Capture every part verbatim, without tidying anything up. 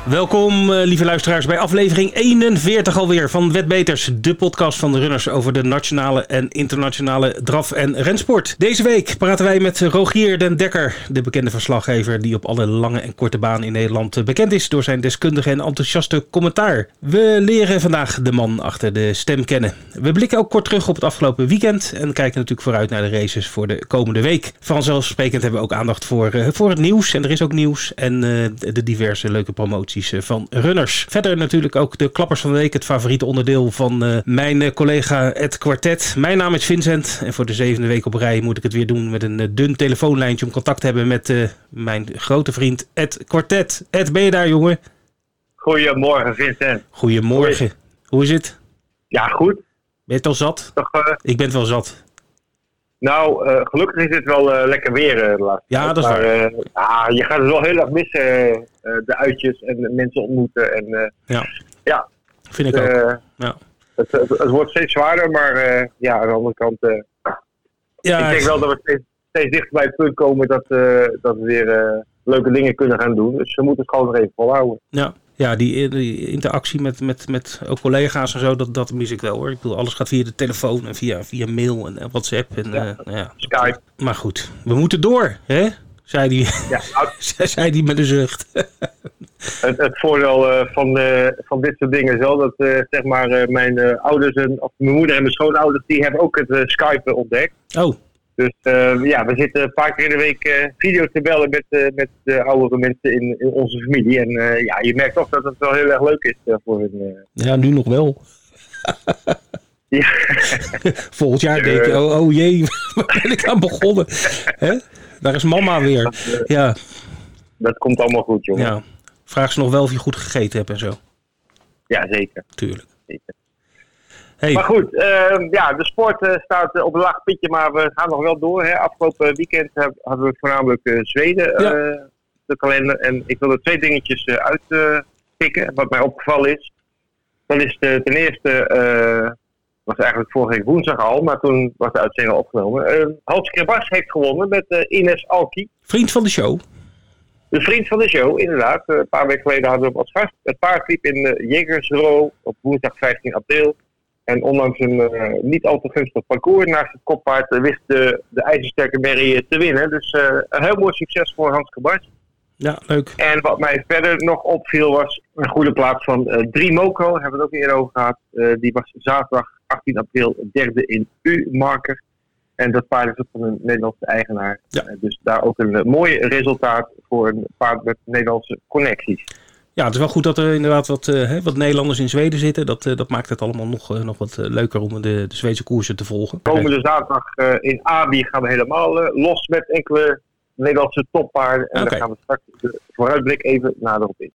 Welkom, lieve luisteraars, bij aflevering eenenveertig alweer van Wetbeters, de podcast van de runners over de nationale en internationale draf- en rensport. Deze week praten wij met Rogier den Dekker, de bekende verslaggever die op alle lange en korte banen in Nederland bekend is door zijn deskundige en enthousiaste commentaar. We leren vandaag de man achter de stem kennen. We blikken ook kort terug op het afgelopen weekend en kijken natuurlijk vooruit naar de races voor de komende week. Vanzelfsprekend hebben we ook aandacht voor, uh, voor het nieuws, en er is ook nieuws, en uh, de diverse leuke promoties van runners. Verder natuurlijk ook de klappers van de week, het favoriete onderdeel van uh, mijn uh, collega Ed Quartet. Mijn naam is Vincent en voor de zevende week op rij moet ik het weer doen met een uh, dun telefoonlijntje om contact te hebben met uh, mijn grote vriend Ed Quartet. Ed, ben je daar, jongen? Goedemorgen, Vincent. Goedemorgen. Goeie. Hoe is het? Ja, goed. Ben je het al zat? Toch, uh... Ik ben het wel zat. Nou, uh, gelukkig is het wel uh, lekker weer uh, de laatste Ja, tijd. dat is maar, waar. Uh, ah, je gaat het wel heel erg missen, uh, de uitjes en de mensen ontmoeten. En, uh, ja. ja, vind ik uh, ook. Ja. Het, het, het wordt steeds zwaarder, maar uh, ja, aan de andere kant, uh, ja, ik denk het... wel dat we steeds, steeds dichter bij het punt komen dat, uh, dat we weer uh, leuke dingen kunnen gaan doen. Dus we moeten het gewoon nog even volhouden. Ja. Ja, die, die interactie met, met, met ook collega's en zo, dat, dat mis ik wel hoor. Ik bedoel, alles gaat via de telefoon en via, via mail en WhatsApp en ja, uh, ja. Skype. Maar goed, we moeten door, hè? Zei die, ja, zei die met een zucht. Het, het voordeel uh, van, uh, van dit soort dingen is wel dat uh, zeg maar, uh, mijn uh, ouders, en, of mijn moeder en mijn schoonouders, die hebben ook het uh, Skype ontdekt. Oh. Dus uh, ja, we zitten een paar keer in de week uh, video te bellen met, uh, met de oudere mensen in, in onze familie. En uh, ja, je merkt toch dat het wel heel erg leuk is uh, voor hun. Uh... Ja, nu nog wel. ja. Volgend jaar denk je, oh, oh jee, waar ben ik aan begonnen? Hè? Daar is mama weer. Dat, uh, ja. Dat komt allemaal goed, jongen. Ja. Vraag ze nog wel of je goed gegeten hebt en zo. Ja, zeker. Tuurlijk. Zeker. Hey. Maar goed, uh, ja, de sport uh, staat uh, op een laag pitje, maar we gaan nog wel door. Hè. Afgelopen weekend uh, hadden we voornamelijk uh, Zweden uh, ja. de kalender. En ik wil er twee dingetjes uh, uitpikken, uh, wat mij opgevallen is. Dan is de, ten eerste, uh, was eigenlijk vorige week woensdag al, maar toen was de uitzending al opgenomen. Uh, Hans Krabas heeft gewonnen met uh, Ines Alki. Vriend van de show. De vriend van de show, inderdaad. Uh, een paar weken geleden hadden we hem als gast. Het paard liep in uh, Jägersro op woensdag vijftien april. En ondanks een uh, niet al te gunstig parcours naast het koppaard uh, wist de, de ijzersterke Merrie uh, te winnen. Dus uh, een heel mooi succes voor Hans Krabas. Ja, leuk. En wat mij verder nog opviel was een goede plaats van uh, drie Moco. Daar hebben we het ook eerder over gehad. Uh, die was zaterdag achttien april derde in U-marker. En dat paard is ook van een Nederlandse eigenaar. Ja. Uh, dus daar ook een uh, mooi resultaat voor een paard met Nederlandse connecties. Ja, het is wel goed dat er inderdaad wat, uh, wat Nederlanders in Zweden zitten. Dat, uh, dat maakt het allemaal nog, uh, nog wat uh, leuker om de, de Zweedse koersen te volgen. Komende zaterdag uh, in Abi gaan we helemaal uh, los met enkele Nederlandse toppaarden. En okay. Daar gaan we straks de vooruitblik even nader op in.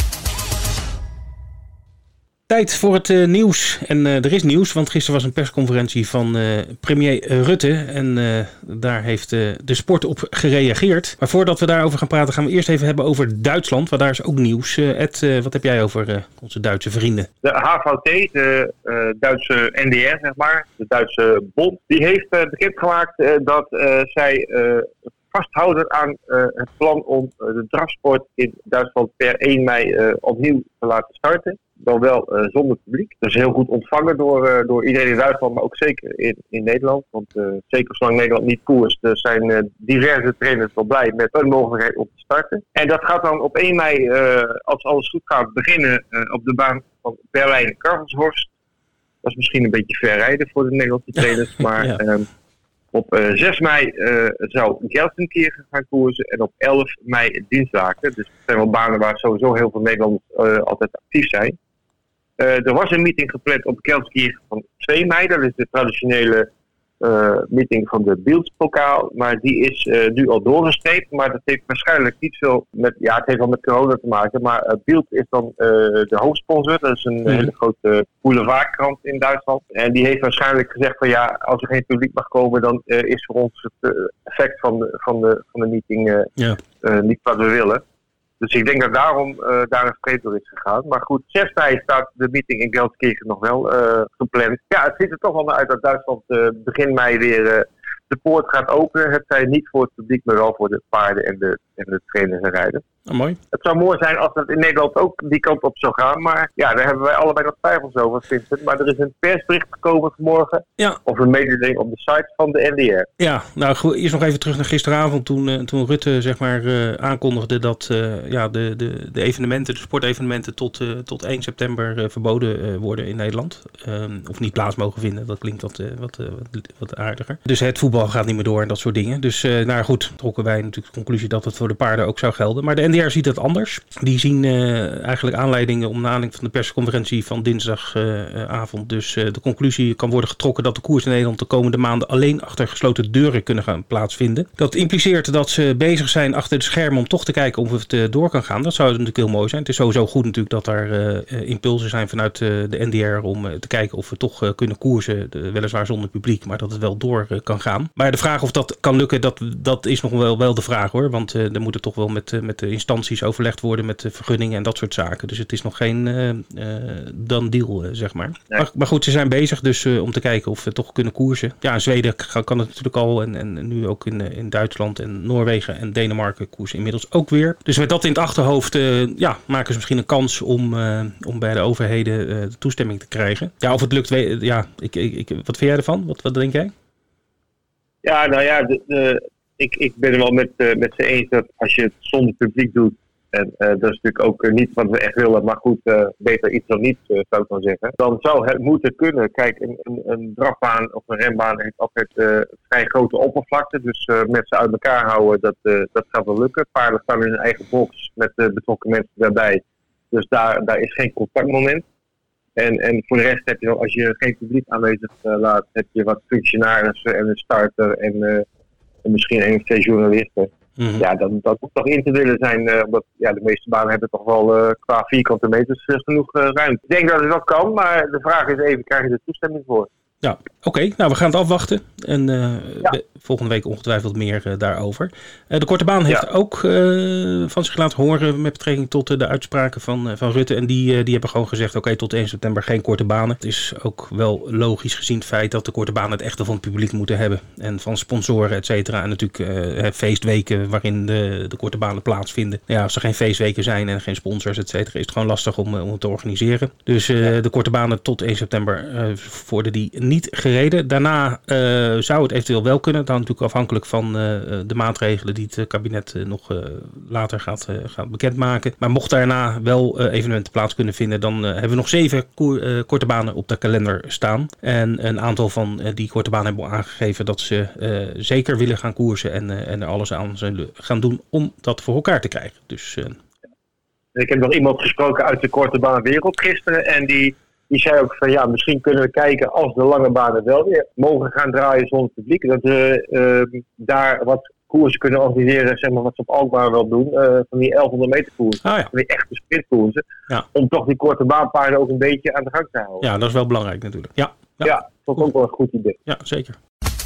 Tijd voor het uh, nieuws. En uh, er is nieuws, want gisteren was een persconferentie van uh, premier Rutte. En uh, daar heeft uh, de sport op gereageerd. Maar voordat we daarover gaan praten, gaan we eerst even hebben over Duitsland. Want daar is ook nieuws. Uh, Ed, uh, wat heb jij over uh, onze Duitse vrienden? De H V T, de uh, Duitse N D R, zeg maar, de Duitse bond, die heeft uh, bekendgemaakt uh, dat uh, zij uh, vasthouden aan uh, het plan om uh, de drafsport in Duitsland per één mei uh, opnieuw te laten starten. Dan wel uh, zonder publiek. Dat is heel goed ontvangen door, uh, door iedereen in Duitsland, maar ook zeker in, in Nederland. Want uh, zeker zolang Nederland niet koerst, uh, zijn uh, diverse trainers wel blij met een mogelijkheid om te starten. En dat gaat dan op één mei, uh, als alles goed gaat, beginnen uh, op de baan van Berlijn-Karlshorst. Dat is misschien een beetje ver rijden voor de Nederlandse trainers, maar... ja. um, Op uh, zes mei uh, zou Gelsenkirchen gaan koersen en op elf mei Dinslaken. Dus dat zijn wel banen waar sowieso heel veel Nederlanders uh, altijd actief zijn. Uh, er was een meeting gepland op Gelsenkirchen van twee mei. Dat is de traditionele uh, meeting van de Bieldspokaal. Maar die is uh, nu al doorgestreept. Maar dat heeft waarschijnlijk niet veel met... Ja, het heeft wel met corona te maken. Maar uh, Bild is dan uh, de hoofdsponsor. Dat is een mm. hele grote boulevardkrant in Duitsland. En die heeft waarschijnlijk gezegd van ja, als er geen publiek mag komen, dan uh, is voor ons het uh, effect van de, van de, van de meeting uh, yeah. uh, niet wat we willen. Dus ik denk dat daarom uh, daar een streep door is gegaan. Maar goed, zes mei staat de meeting in Gelsenkirchen nog wel uh, gepland. Ja, het ziet er toch wel naar uit dat Duitsland uh, begin mei weer uh, de poort gaat openen. Het zij niet voor het publiek, maar wel voor de paarden en de, en de trainers en rijders. Oh, mooi. Het zou mooi zijn als het in Nederland ook die kant op zou gaan. Maar ja, daar hebben wij allebei nog twijfels over, Vincent. Maar er is een persbericht gekomen vanmorgen. Ja. Of een mededeling op de site van de N D R. Ja, nou goed, eerst nog even terug naar gisteravond. Toen, uh, toen Rutte zeg maar uh, aankondigde dat uh, ja, de, de, de evenementen, de sportevenementen tot, uh, tot één september uh, verboden uh, worden in Nederland. Um, of niet plaats mogen vinden. Dat klinkt wat, uh, wat, uh, wat, wat aardiger. Dus het voetbal gaat niet meer door en dat soort dingen. Dus uh, nou goed, trokken wij natuurlijk de conclusie dat het voor de paarden ook zou gelden. Maar de N D R ziet het anders. Die zien uh, eigenlijk aanleidingen om na aanleiding van de persconferentie van dinsdagavond. Uh, dus uh, de conclusie kan worden getrokken dat de koers in Nederland de komende maanden alleen achter gesloten deuren kunnen gaan plaatsvinden. Dat impliceert dat ze bezig zijn achter de schermen om toch te kijken of het uh, door kan gaan. Dat zou natuurlijk heel mooi zijn. Het is sowieso goed natuurlijk dat er uh, impulsen zijn vanuit uh, de N D R om uh, te kijken of we toch uh, kunnen koersen. Uh, weliswaar zonder publiek, maar dat het wel door uh, kan gaan. Maar de vraag of dat kan lukken, dat, dat is nog wel, wel de vraag hoor. Want uh, er moet er toch wel met, uh, met de instanties overlegd worden met de vergunningen en dat soort zaken. Dus het is nog geen uh, uh, done deal, uh, zeg maar. Nee. maar. Maar goed, ze zijn bezig dus uh, om te kijken of we toch kunnen koersen. Ja, in Zweden kan, kan het natuurlijk al en, en nu ook in, in Duitsland en Noorwegen en Denemarken koersen inmiddels ook weer. Dus met dat in het achterhoofd uh, ja, maken ze misschien een kans om, uh, om bij de overheden uh, de toestemming te krijgen. Ja, of het lukt, we, ja, ik, ik, ik, wat vind jij ervan? Wat, wat denk jij? Ja, nou ja, de, de, ik, ik ben er wel met, uh, met ze eens dat als je het zonder publiek doet, en uh, dat is natuurlijk ook uh, niet wat we echt willen, maar goed, uh, beter iets dan niets, uh, zou ik maar zeggen. Dan zou het moeten kunnen. Kijk, een, een, een drafbaan of een renbaan heeft altijd uh, vrij grote oppervlakte, dus uh, met ze uit elkaar houden, dat, uh, dat gaat wel lukken. Paarden staan in hun eigen box met uh, betrokken mensen daarbij, dus daar, daar is geen contactmoment. En, en voor de rest heb je, als je geen publiek aanwezig uh, laat, heb je wat functionarissen en een starter en, uh, en misschien één of twee journalisten. Mm-hmm. Ja, dat, dat moet toch in te willen zijn, uh, omdat ja, de meeste banen hebben toch wel uh, qua vierkante meters uh, genoeg uh, ruimte. Ik denk dat het wel kan, maar de vraag is even, krijg je er toestemming voor? Ja, oké. Okay. Nou, we gaan het afwachten. En uh, ja. volgende week ongetwijfeld meer uh, daarover. Uh, de korte baan heeft ja. ook uh, van zich laten horen met betrekking tot uh, de uitspraken van, uh, van Rutte. En die, uh, die hebben gewoon gezegd, oké, okay, tot één september geen korte banen. Het is ook wel logisch gezien het feit dat de korte banen het echte van het publiek moeten hebben. En van sponsoren, et cetera. En natuurlijk uh, feestweken waarin de, de korte banen plaatsvinden. Ja, als er geen feestweken zijn en geen sponsors, et cetera, is het gewoon lastig om, om het te organiseren. Dus uh, ja. de korte banen tot één september uh, worden die niet gereden. Daarna uh, zou het eventueel wel kunnen. Dan natuurlijk afhankelijk van uh, de maatregelen die het kabinet uh, nog uh, later gaat, uh, gaat bekendmaken. Maar mocht daarna wel uh, evenementen plaats kunnen vinden, dan uh, hebben we nog zeven koer, uh, korte banen op de kalender staan. En een aantal van uh, die korte banen hebben aangegeven dat ze uh, zeker willen gaan koersen en, uh, en er alles aan zullen gaan doen om dat voor elkaar te krijgen. Dus, uh, ik heb nog iemand gesproken uit de korte baanwereld gisteren en die Die zei ook van ja, misschien kunnen we kijken als de lange banen wel weer mogen gaan draaien zonder publiek. Dat we uh, daar wat koersen kunnen organiseren, zeg maar wat ze op Alkmaar wel doen. Uh, van die elfhonderd meter koersen. Ah, ja. Van die echte sprintkoersen. Ja. Om toch die korte baanpaarden ook een beetje aan de gang te houden. Ja, dat is wel belangrijk natuurlijk. Ja, ja. ja dat is ook wel een goed idee. Ja, zeker.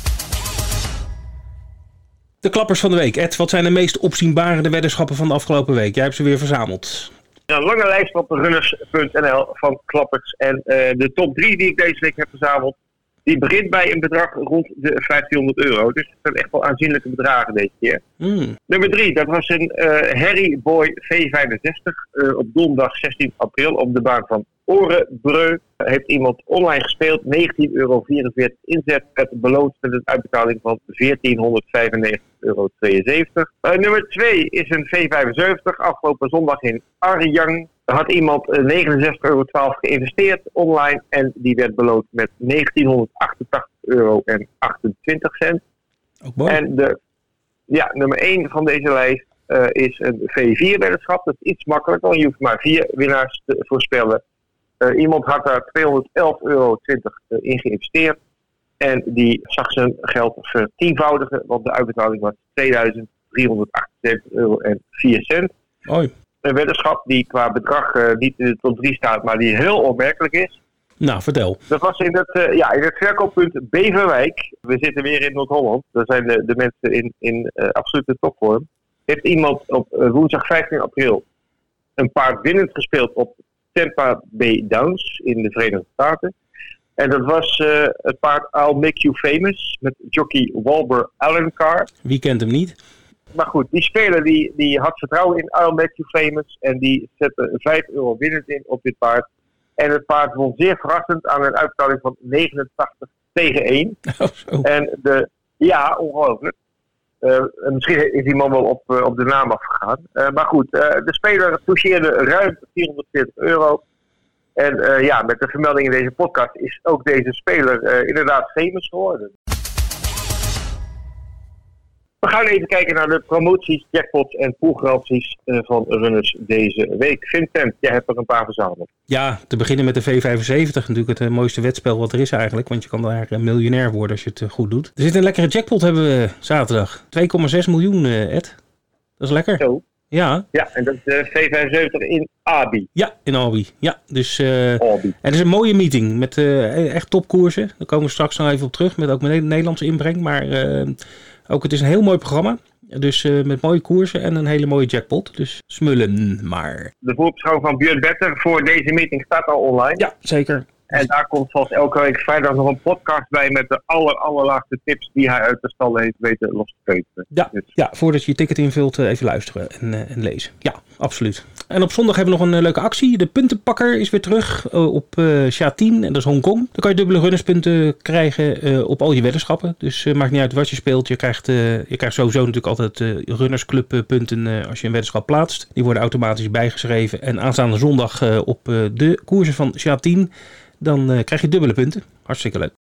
De klappers van de week. Ed, wat zijn de meest opzienbarende weddenschappen van de afgelopen week? Jij hebt ze weer verzameld. Een lange lijst op runners punt n l van klappers. En uh, de top drie die ik deze week heb verzameld, die begint bij een bedrag rond de vijftienhonderd euro. Dus het zijn echt wel aanzienlijke bedragen deze keer. Mm. Nummer drie, dat was een uh, Harry Boy V vijfenzestig uh, op donderdag zestien april op de baan van Orenbreu. Heeft iemand online gespeeld, negentien euro vierenveertig inzet, werd beloond met een uitbetaling van veertienhonderdvijfennegentig euro tweeënzeventig. Uh, nummer twee is een V vijfenzeventig, afgelopen zondag in Arjang. Had iemand uh, negenenzestig euro twaalf geïnvesteerd online en die werd beloond met negentienhonderdachtentachtig euro en achtentwintig cent. Ook mooi. En de, ja, nummer één van deze lijst uh, is een V vier weddenschap. Dat is iets makkelijker, want je hoeft maar vier winnaars te voorspellen. Uh, iemand had daar tweehonderdelf euro twintig uh, in geïnvesteerd. En die zag zijn geld vertienvoudigen, want de uitbetaling was tweeduizend driehonderdachtenzeventig euro en vier cent. Hoi. Een weddenschap die qua bedrag uh, niet in de top drie staat, maar die heel opmerkelijk is. Nou, vertel. Dat was in het, uh, ja, in het verkooppunt Beverwijk. We zitten weer in Noord-Holland. Daar zijn de, de mensen in, in uh, absolute topvorm. Heeft iemand op uh, woensdag vijftien april een paard winnend gespeeld op Tampa Bay Downs in de Verenigde Staten. En dat was uh, het paard I'll Make You Famous met jockey Walber Alencar. Wie kent hem niet? maar goed, die speler die, die had vertrouwen in Earl Matthew Famous. En die zette vijf euro winnend in op dit paard. En het paard won zeer verrassend aan een uitbetaling van negenentachtig tegen één. Oh, zo. En de, ja, ongelooflijk. Uh, misschien is die man wel op, uh, op de naam afgegaan. Uh, maar goed, uh, de speler toucheerde ruim vierhonderdveertig euro. En uh, ja, met de vermelding in deze podcast is ook deze speler uh, inderdaad famous geworden. We gaan even kijken naar de promoties, jackpots en poolgaranties uh, van runners deze week. Vincent, jij hebt er een paar verzameld. Ja, te beginnen met de V vijfenzeventig. Natuurlijk het uh, mooiste wedspel wat er is eigenlijk. Want je kan daar uh, miljonair worden als je het uh, goed doet. Er zit een lekkere jackpot hebben we zaterdag. twee komma zes miljoen, uh, Ed. Dat is lekker. Zo. Ja. Ja, en dat is de V vijfenzeventig in Albi. Ja, in Albi. Ja, dus... Uh, Albi. En het is een mooie meeting met uh, echt topkoersen. Daar komen we straks nog even op terug. Met ook met Nederlandse inbreng. Maar uh, ook het is een heel mooi programma. Dus uh, met mooie koersen en een hele mooie jackpot. Dus smullen maar. De voorbeschouwing van Björn Better voor deze meeting staat al online. Ja, zeker. En daar komt zoals elke week vrijdag nog een podcast bij met de aller, allerlaagste tips die hij uit de stallen heeft weten los te peuteren. Ja, dus. ja, voordat je je ticket invult even luisteren en, uh, en lezen. Ja, absoluut. En op zondag hebben we nog een uh, leuke actie. De puntenpakker is weer terug uh, op uh, Sha tien en dat is Hongkong. Dan kan je dubbele runnerspunten krijgen uh, op al je weddenschappen. Dus uh, maakt niet uit wat je speelt. Je krijgt, uh, je krijgt sowieso natuurlijk altijd uh, runnersclub punten uh, als je een weddenschap plaatst. Die worden automatisch bijgeschreven. En aanstaande zondag uh, op uh, de koersen van Sha tien... Dan uh, krijg je dubbele punten. Hartstikke leuk.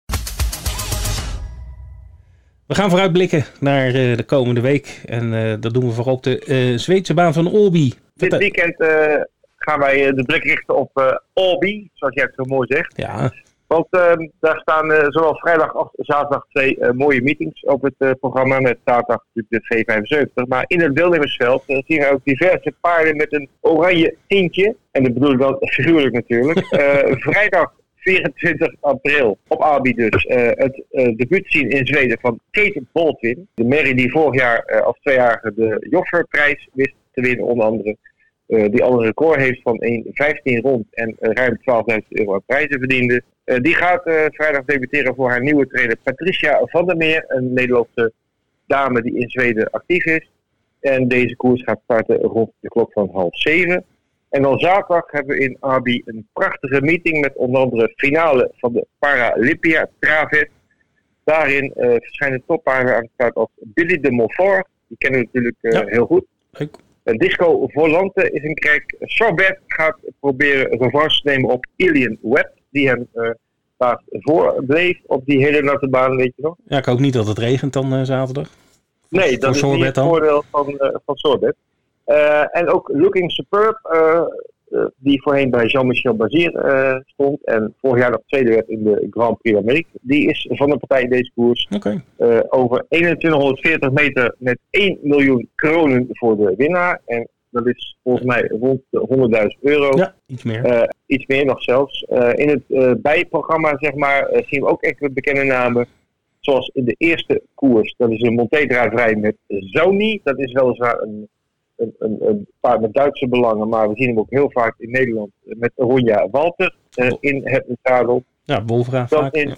We gaan vooruitblikken naar uh, de komende week. En uh, dat doen we vooral op de uh, Zweedse baan van Åby. Dit weekend uh, gaan wij uh, de blik richten op uh, Åby, zoals jij het zo mooi zegt. Ja. Want uh, daar staan uh, zowel vrijdag als zaterdag twee uh, mooie meetings op het uh, programma. Met zaterdag natuurlijk de V vijfenzeventig. Maar in het deelnemersveld uh, zien we ook diverse paarden met een oranje tintje. En dat bedoel ik dan figuurlijk natuurlijk. Uh, vrijdag vierentwintig april op Albi dus uh, het uh, debuut zien in Zweden van Kate Baldwin. De merrie die vorig jaar uh, als tweejarige de Jofferprijs wist te winnen onder andere. Uh, die al een record heeft van één komma vijftien rond en uh, ruim twaalfduizend euro aan prijzen verdiende. Uh, die gaat uh, vrijdag debuteren voor haar nieuwe trainer Patricia van der Meer. Een Nederlandse dame die in Zweden actief is. En deze koers gaat starten rond de klok van half zeven. En dan zaterdag hebben we in Albi een prachtige meeting met onder andere finale van de Paralympia Travet. Daarin uh, verschijnen toppaarden aan het start als Billy de Montfort. Die kennen we natuurlijk uh, ja. heel goed. Leuk. Disco Volante is een krek. Sorbet gaat proberen revanche te nemen op Ilian Webb. Die hem uh, daar voor bleef op die hele natte baan, weet je nog. Ja, ik hoop niet dat het regent dan uh, zaterdag. Nee, voor, dat voor is niet het voordeel van, uh, van Sorbet. Uh, en ook Looking Superb, uh, uh, die voorheen bij Jean-Michel Bazir uh, stond en vorig jaar nog tweede werd in de Grand Prix d'Amérique. Die is van de partij in deze koers. Okay. Uh, over eenentwintighonderdveertig meter met één miljoen kronen voor de winnaar. En dat is volgens mij rond de honderdduizend euro. Ja, iets meer. Uh, iets meer nog zelfs. Uh, in het uh, bijprogramma zeg maar, uh, zien we ook enkele bekende namen. Zoals in de eerste koers. Dat is een Monté-draaivrij met Zoni. Dat is weliswaar een Een, een, een paard met Duitse belangen, maar we zien hem ook heel vaak in Nederland met Ronja Walter uh, in het zadel. Ja, Wolfga vaak. In, ja,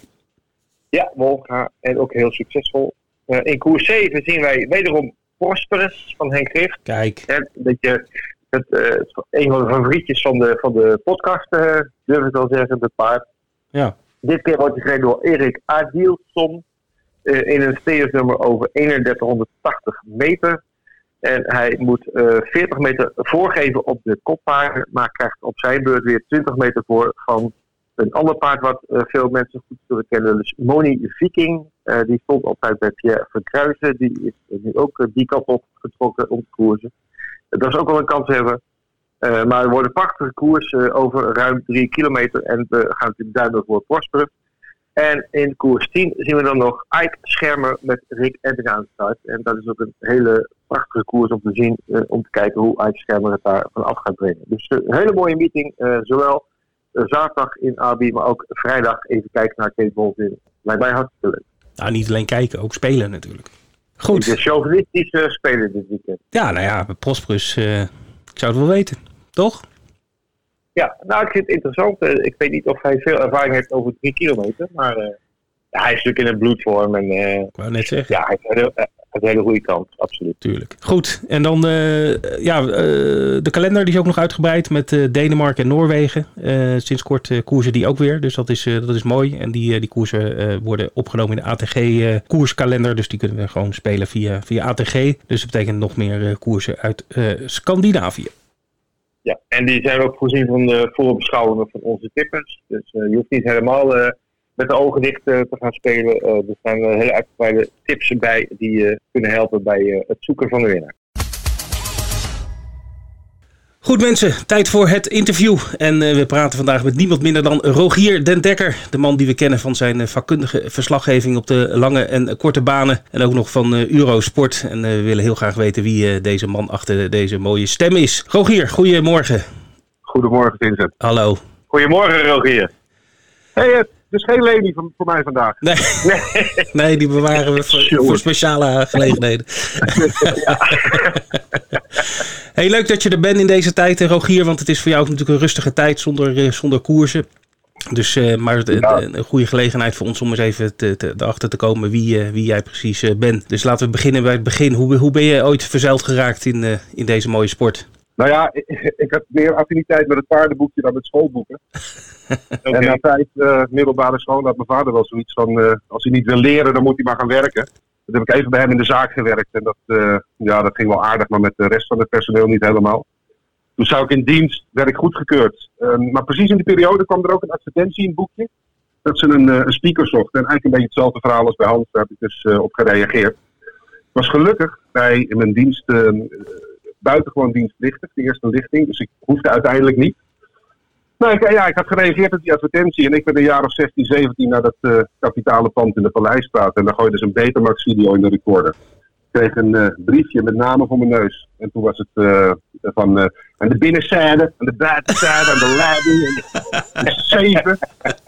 ja Wolfga en ook heel succesvol. Uh, in koers zeven zien wij wederom Prosperous van Henk Grift. Kijk. En dat je het, uh, een van de favorietjes van de, van de podcast, uh, durf ik wel zeggen, het paard. Ja. Dit keer wordt hij gereden door Erik Adilson uh, in een steersnummer over eenendertighonderdtachtig meter. En hij moet uh, veertig meter voorgeven op de koppaarden, maar krijgt op zijn beurt weer twintig meter voor van een ander paard wat uh, veel mensen goed zullen kennen. Dus Moni Viking, uh, die stond altijd bij Pierre Verkruijzen. Die is nu ook uh, die kant op getrokken om te koersen. Uh, dat is ook wel een kans hebben. Uh, maar er worden prachtige koers uh, over ruim drie kilometer. En we gaan natuurlijk duidelijk voor Prosper. En in koers tien zien we dan nog Ike Schermer met Rick Ebbing aan de start. En dat is ook een hele prachtige koers om te zien, uh, om te kijken hoe Ike Schermer het daar vanaf gaat brengen. Dus uh, een hele mooie meeting, uh, zowel uh, zaterdag in Albi, maar ook vrijdag even kijken naar Kate Baldwin. Lijkt mij hartstikke leuk. Nou, niet alleen kijken, ook spelen natuurlijk. Goed. De chauvinistische uh, spelen dit weekend. Ja, nou ja, Prosperous, uh, ik zou het wel weten, toch? Ja, nou ik vind het interessant. Uh, ik weet niet of hij veel ervaring heeft over drie kilometer, maar... Uh, Ja, hij is natuurlijk in het bloedvorm. En, uh, Ik wou net zeggen. Ja, hij heeft een, een hele goede kans, absoluut. Tuurlijk. Goed, en dan uh, ja, uh, de kalender die is ook nog uitgebreid met uh, Denemarken en Noorwegen. Uh, sinds kort uh, koersen die ook weer, dus dat is, uh, dat is mooi. En die, uh, die koersen uh, worden opgenomen in de A T G uh, koerskalender, dus die kunnen we gewoon spelen via, via A T G. Dus dat betekent nog meer uh, koersen uit uh, Scandinavië. Ja, en die zijn ook voorzien van de voorbeschouwingen van onze tippers. Dus uh, je hoeft niet helemaal uh, met de ogen dicht uh, te gaan spelen. Uh, er zijn uh, hele uitgebreide tips bij die uh, kunnen helpen bij uh, het zoeken van de winnaar. Goed mensen, tijd voor het interview. En uh, we praten vandaag met niemand minder dan Rogier den Dekker. De man die we kennen van zijn uh, vakkundige verslaggeving op de lange en korte banen. En ook nog van uh, Eurosport. En uh, we willen heel graag weten wie uh, deze man achter deze mooie stem is. Rogier, goedemorgen. Goedemorgen Vincent. Hallo. Goedemorgen Rogier. Hey, het is geen Leni voor, voor mij vandaag. Nee, nee die bewaren we voor, voor speciale gelegenheden. Ja. Hey, leuk dat je er bent in deze tijd, Rogier. Want het is voor jou ook natuurlijk een rustige tijd zonder, zonder koersen. Dus, uh, maar het, ja. een, een goede gelegenheid voor ons om eens even te, te, erachter te komen wie, uh, wie jij precies uh, bent. Dus laten we beginnen bij het begin. Hoe, hoe ben je ooit verzeild geraakt in, uh, in deze mooie sport? Nou ja, ik, ik had meer affiniteit met het paardenboekje dan met schoolboeken. Okay. En na tijd uh, middelbare school had mijn vader wel zoiets van, uh, als hij niet wil leren, dan moet hij maar gaan werken. Dat heb ik even bij hem in de zaak gewerkt en dat, uh, ja, dat ging wel aardig, maar met de rest van het personeel niet helemaal. Toen zou ik in dienst, werd ik goedgekeurd. Uh, maar precies in die periode kwam er ook een advertentie in het boekje, dat ze een, uh, een speaker zochten. En eigenlijk een beetje hetzelfde verhaal als bij Hans, daar heb ik dus uh, op gereageerd. Ik was gelukkig bij mijn dienst... Uh, buitengewoon dienstplichtig, de eerste lichting. Dus ik hoefde uiteindelijk niet. Nou, ik, ja, ik had gereageerd op die advertentie. En ik ben een jaar of zestien, zeventien naar dat uh, kapitale pand in de Paleisstraat. En daar gooide ze een Betamax video in de recorder. Ik kreeg een uh, briefje met namen voor mijn neus. En toen was het uh, van... Uh, aan de binnenzijde, aan de buitenzijde, aan de leiding. En de zeven.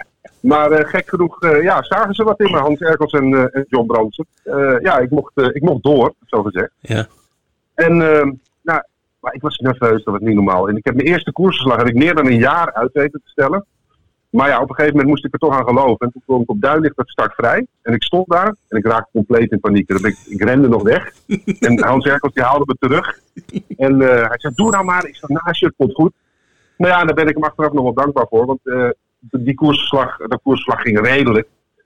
Maar uh, gek genoeg, uh, ja, zagen ze wat in me. Hans Erkels en, uh, en John Bransen. Uh, ja, ik mocht, uh, ik mocht door, zo gezegd. Ja. En... Uh, Nou, maar ik was nerveus, dat was niet normaal. En ik heb mijn eerste koersverslag heb ik meer dan een jaar uit weten te stellen. Maar ja, op een gegeven moment moest ik er toch aan geloven. En toen kwam ik op Duinlicht dat start vrij. En ik stond daar en ik raakte compleet in paniek. En ik, ik rende nog weg. En Hans Erkels die haalde me terug. En uh, hij zei, doe nou maar, ik sta naast je, het komt goed. Nou ja, daar ben ik hem achteraf nog wel dankbaar voor. Want uh, die koersverslag, dat koersverslag ging redelijk.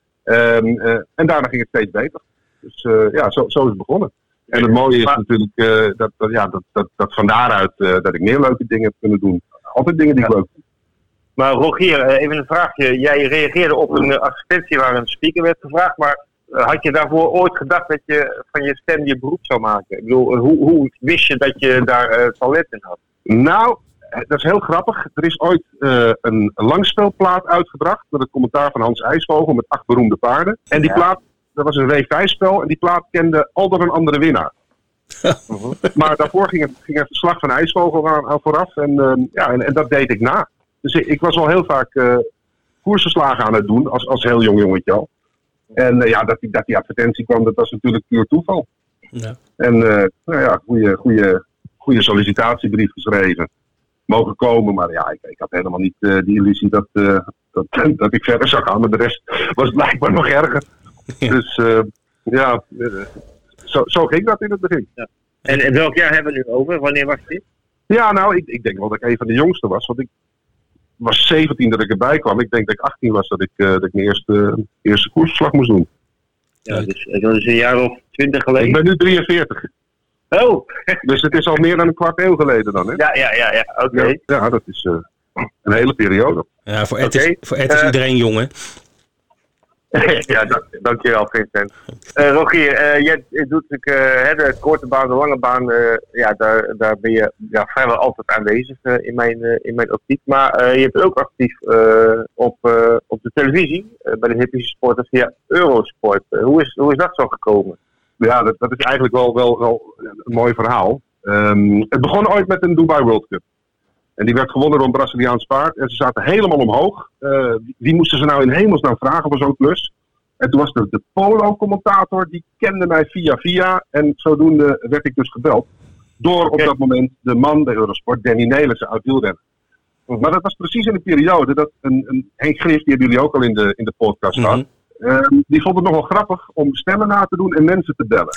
Um, uh, en daarna ging het steeds beter. Dus uh, ja, zo, zo is het begonnen. En het mooie is maar, natuurlijk uh, dat, dat, ja, dat, dat, dat van daaruit uh, dat ik meer leuke dingen heb kunnen doen. Altijd dingen die ja. ik leuk vind. Maar Rogier, even een vraagje. Jij reageerde op een advertentie waar een speaker werd gevraagd. Maar uh, had je daarvoor ooit gedacht dat je van je stem je beroep zou maken? Ik bedoel, hoe, hoe wist je dat je daar uh, talent in had? Nou, dat is heel grappig. Er is ooit uh, een langspeelplaat uitgebracht met het commentaar van Hans IJsvogel met acht beroemde paarden. En die ja. plaat... Dat was een W vijf spel en die plaat kende al door een andere winnaar. uh-huh. Maar daarvoor ging het, ging het verslag van IJsvogel aan, aan vooraf en, uh, ja, en, en dat deed ik na. Dus ik, ik was al heel vaak uh, koersverslagen aan het doen, als, als heel jong jongetje al. En uh, ja, dat die, dat die advertentie kwam, dat was natuurlijk puur toeval. Ja. En uh, nou ja, goede, goede, goede sollicitatiebrief geschreven. Mogen komen, maar ja, ik, ik had helemaal niet uh, die illusie dat, uh, dat, dat ik verder zou gaan. Maar de rest was blijkbaar nog erger. Ja. Dus uh, ja, zo, zo ging dat in het begin. Ja. En, en welk jaar hebben we nu over? Wanneer was dit? Ja, nou, ik, ik denk wel dat ik een van de jongsten was. Want ik was zeventien dat ik erbij kwam. Ik denk dat ik achttien was dat ik, uh, dat ik mijn eerste, uh, eerste koersverslag moest doen. Ja, dus dat is een jaar of twintig geleden. Ik ben nu drieënveertig. Oh! Dus het is al meer dan een kwart eeuw geleden dan, hè? Ja, ja, ja, ja. oké. Okay. Ja, ja, dat is uh, een hele periode. Ja, voor Ed okay. is, voor Ed is uh, iedereen jong, hè? Ja, dank, dankjewel Vincent. Uh, Rogier, uh, jij doet natuurlijk uh, de korte baan, de lange baan. Uh, ja, daar, daar ben je ja, vrijwel altijd aanwezig uh, in, mijn, uh, in mijn optiek. Maar uh, je bent ook actief uh, op, uh, op de televisie, uh, bij de hippische sporten via Eurosport. Uh, hoe, is, hoe is dat zo gekomen? Ja, dat, dat is eigenlijk wel, wel, wel een mooi verhaal. Um, het begon ooit met een Dubai World Cup. En die werd gewonnen door een Braziliaans paard. En ze zaten helemaal omhoog. Uh, wie, wie moesten ze nou in hemelsnaam vragen voor zo'n klus? En toen was de, de polo-commentator, die kende mij via via. En zodoende werd ik dus gebeld. Door op dat moment de man bij Eurosport, Danny Nelissen, uit wielrennen. Maar dat was precies in de periode dat een, een Henk Grif, die hebben jullie ook al in de, in de podcast gehad. Mm-hmm. Uh, die vond het nogal grappig om stemmen na te doen en mensen te bellen.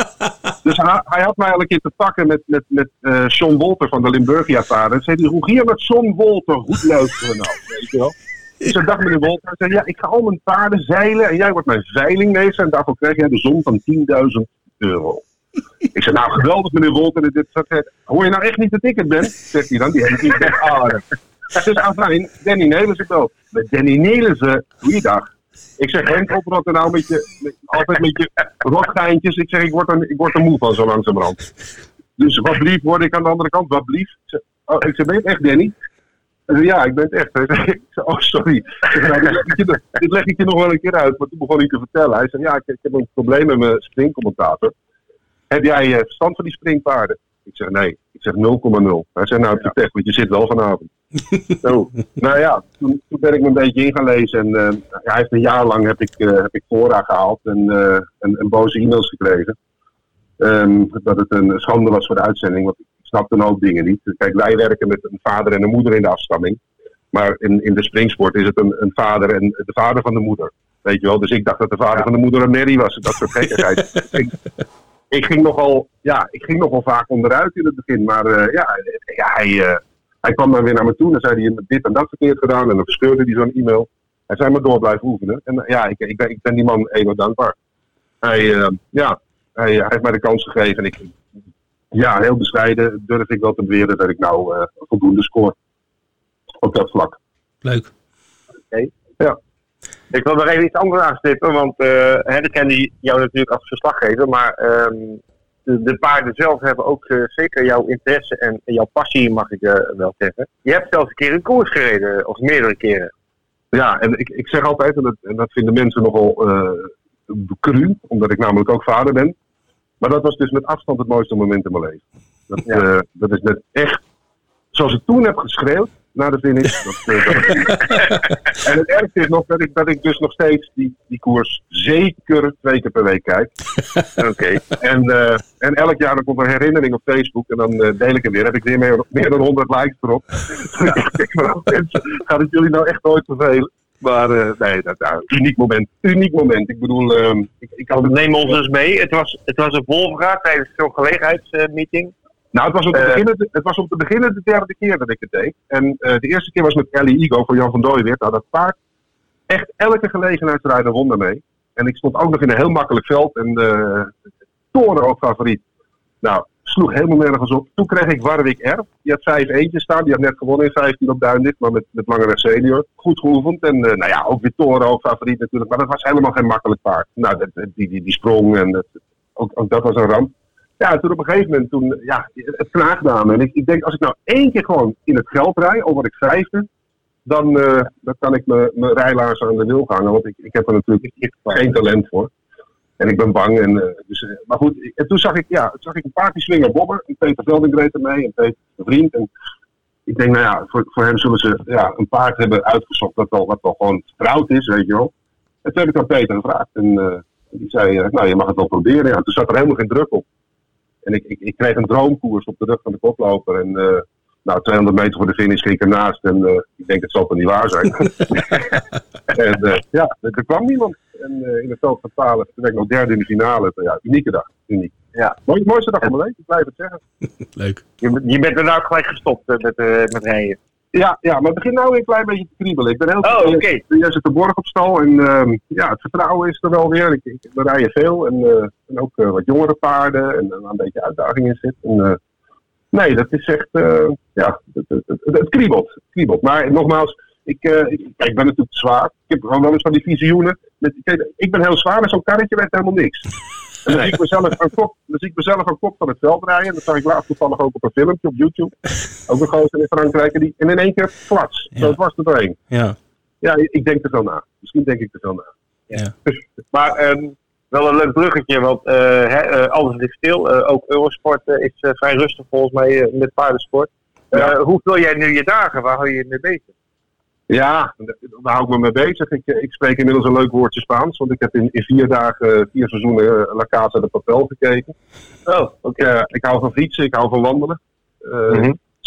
Dus hij, hij had mij al een keer te pakken met, met, met uh, John Wolter van de Limburgia-paarden. En zei hij, hoe hier met John Wolter goed luisteren nou, weet je wel. Dus ik dacht meneer Wolter, zei, ja, ik ga al mijn paarden zeilen en jij wordt mijn veilingmeester en daarvoor krijg jij de som van tienduizend euro. Ik zei, nou geweldig meneer Wolter, en dit soort, hoor je nou echt niet dat ik het ben? Zegt hij dan, die heeft niet echt aardig. Dus afijn, Danny Nelissen belt. Met Danny Nelissen, goeiedag. Ik zeg, Henk, oprotten er nou met je, met, altijd met je rotgeintjes. Ik zeg, ik word, er, ik word er moe van zo langzamerhand. Dus wat blief, hoorde ik aan de andere kant, wat blief. Ik zeg, oh, ik zeg, ben je het echt, Danny? Hij zei, ja, ik ben het echt. Hij zei, ik zei, oh, sorry. Ik zei, nou, dit, leg ik je, dit leg ik je nog wel een keer uit. Maar toen begon hij te vertellen. Hij zei, ja, ik, ik heb een probleem met mijn springcommentator. Heb jij uh, verstand van die springpaarden? Ik zeg, nee. Ik zeg nul komma nul. Hij zei, nou, het is echt, want je zit wel vanavond. Zo. Nou ja, toen, toen ben ik me een beetje in gaan lezen. En uh, ja, hij heeft een jaar lang heb ik, uh, heb ik fora gehaald en, uh, en, en boze e-mails gekregen. Um, dat het een schande was voor de uitzending, want ik snapte een hoop dingen niet. Kijk, wij werken met een vader en een moeder in de afstamming. Maar in, in de springsport is het een, een vader en de vader van de moeder. Weet je wel, dus ik dacht dat de vader ja. van de moeder een Mary was. Dat soort gekkigheid. ik, ik, ging nogal, ja, ik ging nogal vaak onderuit in het begin. Maar uh, ja, ja, hij... Uh, Hij kwam dan weer naar me toe en zei hij, je hebt dit en dat verkeerd gedaan. En dan verscheurde hij zo'n e-mail. Hij zei maar door blijven oefenen. En ja, ik, ik, ben, ik ben die man eeuwig dankbaar. Hij, uh, ja, hij, hij heeft mij de kans gegeven. En ik, ja, heel bescheiden durf ik wel te beweren dat ik nou uh, voldoende score. Op dat vlak. Leuk. Oké. Okay. Ja. Ik wil nog even iets anders aanstippen. Want uh, ik ken jou natuurlijk als verslaggever. Maar... Um, De, de paarden zelf hebben ook uh, zeker jouw interesse en, en jouw passie, mag ik uh, wel zeggen. Je hebt zelfs een keer een koers gereden, of meerdere keren. Ja, en ik, ik zeg altijd, en dat, en dat vinden mensen nogal uh, cru, omdat ik namelijk ook vader ben. Maar dat was dus met afstand het mooiste moment in mijn leven. Dat, ja. uh, dat is net echt, zoals ik toen heb geschreeuwd, na de finish. Dat, uh, dat en het ergste is nog dat ik, dat ik dus nog steeds die, die koers zeker twee keer per week kijk. Oké. Okay. En, uh, en elk jaar dan komt er een herinnering op Facebook en dan uh, deel ik hem weer. Heb ik weer meer, meer dan honderd likes erop. Ja. Ik denk maar, mensen, gaat het jullie nou echt nooit vervelen? Maar uh, nee, dat is een uniek moment. Uniek moment. Ik bedoel, uh, ik, ik had het... Neem ons dus mee. Het was, het was een volvergaat tijdens zo'n gelegenheidsmeeting. Uh, Nou, het was, om te uh, beginnen, het was om te beginnen de derde keer dat ik het deed. En uh, de eerste keer was met Ellie Ego voor Jan van Dooyeweert. Nou, dat paard, echt elke gelegenheidsrijder won daarmee. En ik stond ook nog in een heel makkelijk veld. En uh, Toren ook favoriet. Nou, sloeg helemaal nergens op. Toen kreeg ik Warwick R. Die had vijf eentjes staan. Die had net gewonnen in vijftien op Duindicht. Maar met, met Langeweg senior. Goed geoefend. En uh, nou ja, ook weer Toren ook favoriet natuurlijk. Maar dat was helemaal geen makkelijk paard. Nou, dat, die, die, die sprong. En dat, ook, ook dat was een ramp. Ja, toen op een gegeven moment, toen, ja, het knaagde aan me. En ik, ik denk, als ik nou één keer gewoon in het geld rij, al word ik vijfde, dan, uh, dan kan ik mijn rijlaars aan de nul hangen. Want ik, ik heb er natuurlijk geen talent voor. En ik ben bang. En, uh, dus, uh, maar goed, en toen zag ik, ja, zag ik een paar die swingen bobber. En Peter Velding reed ermee, en Peter, een vriend. En ik denk, nou ja, voor, voor hem zullen ze ja, een paard hebben uitgezocht dat wel, wat wel gewoon vertrouwd is, weet je wel. En toen heb ik aan Peter gevraagd. En uh, die zei, uh, nou, je mag het wel proberen. Ja, toen zat er helemaal geen druk op. En ik, ik, ik kreeg een droomkoers op de rug van de koploper. En uh, nou, tweehonderd meter voor de finish ging ik ernaast. En uh, ik denk, het zal toch niet waar zijn. en uh, ja, er kwam niemand. En uh, in het veld van twaalf, toen werd ik nog derde in de finale. Ja, unieke dag. Uniek. Ja. Mooi, mooiste dag van mijn leven, ik blijf het zeggen. Leuk. Je, je bent er nou gelijk gestopt uh, met, uh, met rijden. Ja, ja, maar het begint nou weer een klein beetje te kriebelen. Ik ben heel oh, oké. Okay. Jij zit de borg op stal en uh, ja, het vertrouwen is er wel weer. Ik, ik, we rijden veel en, uh, en ook uh, wat jongere paarden en er uh, een beetje uitdaging in zit. En, uh, nee, dat is echt, uh, ja, het, het, het, het, het kriebelt. Het kriebelt. Maar nogmaals, ik, uh, ik, ik ben natuurlijk te zwaar. Ik heb gewoon wel eens van die visioenen. Met, ik, ik ben heel zwaar en zo'n karretje werd helemaal niks. En dan zie ik mezelf aan kop, dan zie ik mezelf aan kop van het veld rijden. Dat zag ik laatst toevallig ook op een filmpje op YouTube. Ook een gozer in Frankrijk. En, die, en in één keer flats. Ja. Zo was er doorheen. Ja. Ja, ik denk er veel na. Misschien denk ik er veel na. Ja. Maar um, wel een leuk bruggetje, want uh, he, uh, alles ligt stil. Uh, ook Eurosport uh, is uh, vrij rustig volgens mij uh, met paardensport. Uh, ja. Hoe vul jij nu je dagen? Waar hou je je mee bezig? Ja, daar hou ik me mee bezig. Ik, ik spreek inmiddels een leuk woordje Spaans, want ik heb in, in vier dagen, vier seizoenen uh, La Casa de Papel gekeken. Oh, okay. uh, ik hou van fietsen, ik hou van wandelen. Uh, mm-hmm.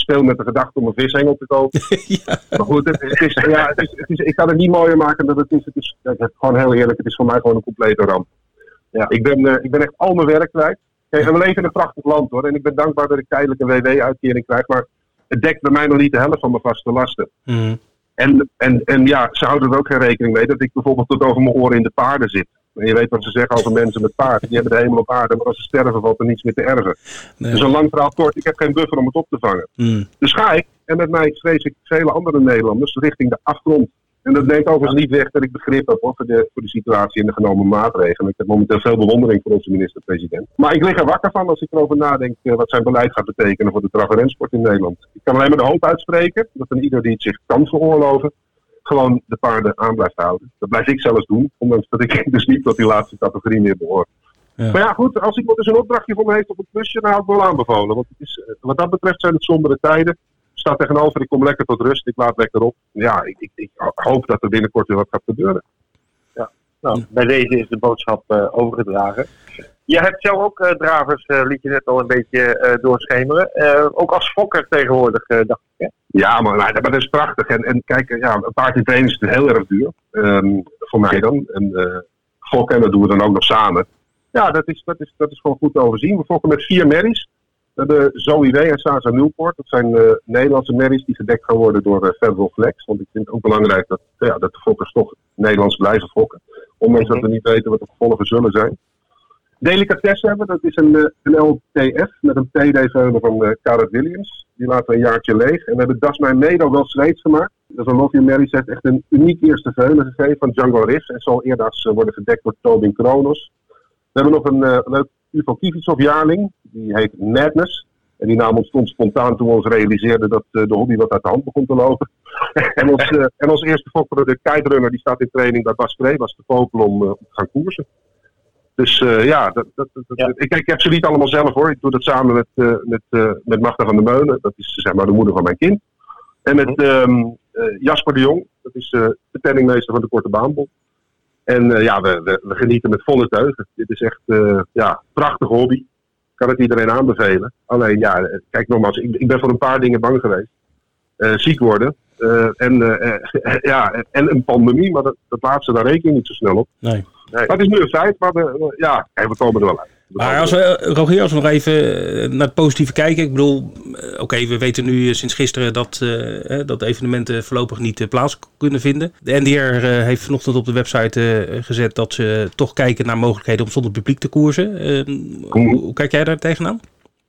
kasteel met de gedachte om een vishengel te kopen. Ja. Maar goed, het, het is, ja, het is, het is, ik kan het niet mooier maken dan het is. Het is het, gewoon heel eerlijk, het is voor mij gewoon een complete ramp. Ja. Ik, ben, uh, ik ben echt al mijn werk kwijt. Kijk, en we leven in een prachtig land hoor. En ik ben dankbaar dat ik tijdelijk een W W-uitkering krijg. Maar het dekt bij mij nog niet de helft van mijn vaste lasten. Mm. En, en, en ja, ze houden er ook geen rekening mee dat ik bijvoorbeeld tot over mijn oren in de paarden zit. En je weet wat ze zeggen over mensen met paarden. Die hebben de hemel op aarde, maar als ze sterven valt er niets meer te erven. Nee. Dus een lang verhaal kort, ik heb geen buffer om het op te vangen. Mm. Dus ga ik, en met mij vrees ik vele andere Nederlanders, richting de afgrond. En dat neemt overigens niet weg dat ik begrip heb hoor, voor, de, voor de situatie en de genomen maatregelen. Ik heb momenteel veel bewondering voor onze minister-president. Maar ik lig er wakker van als ik erover nadenk uh, wat zijn beleid gaat betekenen voor de draf- en rensport in Nederland. Ik kan alleen maar de hoop uitspreken dat een ieder die het zich kan veroorloven, gewoon de paarden aan blijft houden. Dat blijf ik zelfs doen, ondanks dat ik dus niet tot die laatste categorie meer behoor. Ja. Maar ja goed, als iemand dus een opdrachtje voor me heeft op het busje, dan hou ik wel aanbevolen. Want het is, wat dat betreft zijn het sombere tijden. Ik sta tegenover, ik kom lekker tot rust, ik laat lekker op. Ja, ik, ik, ik hoop dat er binnenkort weer wat gaat gebeuren. Ja, nou, bij deze is de boodschap uh, overgedragen. Je hebt zelf ook uh, dravers, uh, liet je net al een beetje uh, doorschemeren. Uh, ook als fokker tegenwoordig, uh, dacht ik. Hè? Ja, maar, maar dat is prachtig. En, en kijk, ja, een paard in training is heel erg duur. Um, voor mij dan. En uh, fokken, en dat doen we dan ook nog samen. Ja, dat is, dat is, dat is gewoon goed te overzien. We fokken met vier merries. We hebben Zoe W en Sasa Newport. Dat zijn uh, Nederlandse merries die gedekt gaan worden door uh, Federal Flex. Want ik vind het ook belangrijk dat, ja, dat de fokkers toch Nederlands blijven fokken. Ondanks mm-hmm. dat we niet weten wat de gevolgen zullen zijn. Delicatesse hebben, dat is een, uh, een L T F met een P D-veulen van uh, Carrot Williams. Die laten we een jaartje leeg. En we hebben Das My Meadow wel Zweeds gemaakt. Dat is een Lovely Mary, heeft echt een uniek eerste veulen gegeven van Django Riff. En zal eerder uh, worden gedekt door Tobin Kronos. We hebben nog een uh, leuk Uvo Kivitsov jaarling. Die heet Madness. En die naam ontstond spontaan toen we ons realiseerden dat uh, de hobby wat uit de hand begon te lopen. en, ons, uh, en ons eerste fokproduct, Kite Runner, die staat in training bij Bas Kree, was te popelen om, uh, om te gaan koersen. Dus uh, ja, dat, dat, dat, ja. Ik, ik heb ze niet allemaal zelf hoor. Ik doe dat samen met, uh, met, uh, met Magda van der Meulen. Dat is zeg maar de moeder van mijn kind. En met um, uh, Jasper de Jong. Dat is uh, de penningmeester van de Korte Baanbond. En uh, ja, we, we, we genieten met volle teugen. Dit is echt uh, ja, prachtige hobby. Ik kan het iedereen aanbevelen. Alleen ja, kijk nogmaals. Ik, ik ben voor een paar dingen bang geweest. Uh, ziek worden. Uh, en, uh, uh, ja, en een pandemie. Maar dat, dat laatste, daar reken je niet zo snel op. Nee. Nee. Dat is nu een feit, maar we, ja, we komen er wel uit. Maar als we, Rogier, als we nog even naar het positieve kijken. Ik bedoel, oké, okay, we weten nu sinds gisteren dat, uh, dat evenementen voorlopig niet uh, plaats kunnen vinden. De N D R uh, heeft vanochtend op de website uh, gezet dat ze toch kijken naar mogelijkheden om zonder publiek te koersen. Uh, mm. hoe, hoe kijk jij daar tegenaan?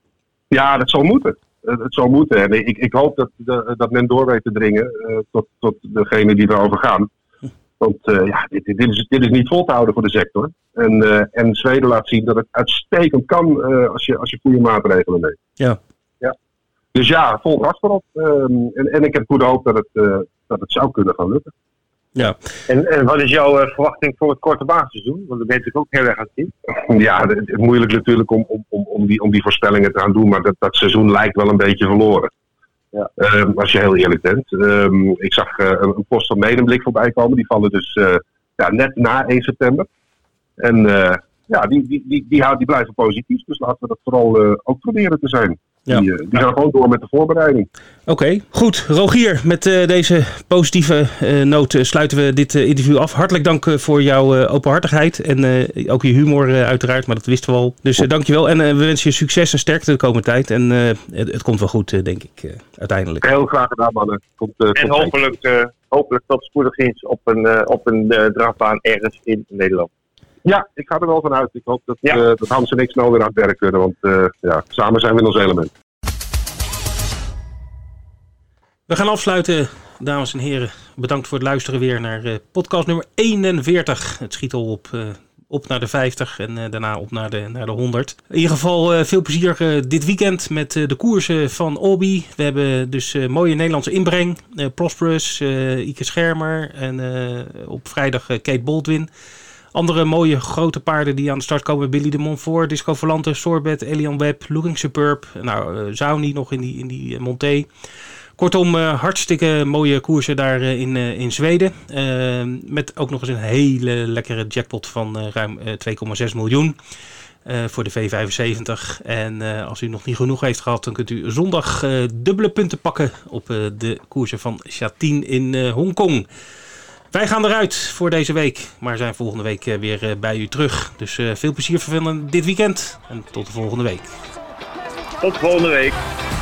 Ja, dat zal moeten. Uh, het zal moeten. En ik, ik hoop dat, de, dat men door weet te dringen uh, tot, tot degene die erover gaan. Want uh, ja, dit, dit, is, dit is niet vol te houden voor de sector. En, uh, en Zweden laat zien dat het uitstekend kan uh, als, je, als je goede maatregelen neemt. Ja. Ja. Dus ja, vol gas erop. Um, en, en ik heb goede hoop dat het, uh, dat het zou kunnen gaan lukken. Ja. En, en wat is jouw uh, verwachting voor het korte baanseizoen? Want dat ben je natuurlijk ook heel erg aan het zien. Ja, het is moeilijk natuurlijk om, om, om, om, die, om die voorspellingen te gaan doen. Maar dat, dat seizoen lijkt wel een beetje verloren. Ja. Um, als je heel eerlijk bent. Um, ik zag uh, een post van Medemblik voorbij komen. Die vallen dus uh, ja, net na één september. En uh, ja, die, die, die, die, die blijven positief. Dus laten we dat vooral uh, ook proberen te zijn. Ja. Die, uh, die gaan gewoon door met de voorbereiding. Oké, okay, goed. Rogier, met uh, deze positieve uh, noot uh, sluiten we dit uh, interview af. Hartelijk dank uh, voor jouw uh, openhartigheid. En uh, ook je humor uh, uiteraard, maar dat wisten we al. Dus uh, dankjewel. En uh, we wensen je succes en sterkte de komende tijd. En uh, het, het komt wel goed, uh, denk ik, uh, uiteindelijk. Heel graag gedaan, mannen. Komt, uh, en hopelijk, uh, hopelijk tot spoedig eens op een, uh, op een uh, drafbaan ergens in Nederland. Ja, ik ga er wel van uit. Ik hoop dat, ja. uh, dat Hans en ik snel weer aan het werk kunnen. Want uh, ja, samen zijn we in ons element. We gaan afsluiten, dames en heren. Bedankt voor het luisteren weer naar uh, podcast nummer eenenveertig. Het schiet al op, uh, op naar de vijftig en uh, daarna op naar de, naar de honderd. In ieder geval uh, veel plezier uh, dit weekend met uh, de koersen van Albi. We hebben dus uh, mooie Nederlandse inbreng. Uh, Prosperous, uh, Ike Schermer en uh, op vrijdag uh, Kate Baldwin. Andere mooie grote paarden die aan de start komen. Billy de Montfort, Disco Volante, Sorbet, Elian Webb, Looking Superb. Nou, uh, Zauni nog in die, in die uh, Monté. Kortom, uh, hartstikke mooie koersen daar uh, in, uh, in Zweden. Uh, met ook nog eens een hele lekkere jackpot van uh, ruim uh, twee komma zes miljoen. Uh, voor de V vijfenzeventig. En uh, als u nog niet genoeg heeft gehad, dan kunt u zondag uh, dubbele punten pakken op uh, de koersen van Sha-Tin in uh, Hongkong. Wij gaan eruit voor deze week, maar zijn volgende week uh, weer uh, bij u terug. Dus uh, veel plezier vervullen dit weekend en tot de volgende week. Tot volgende week.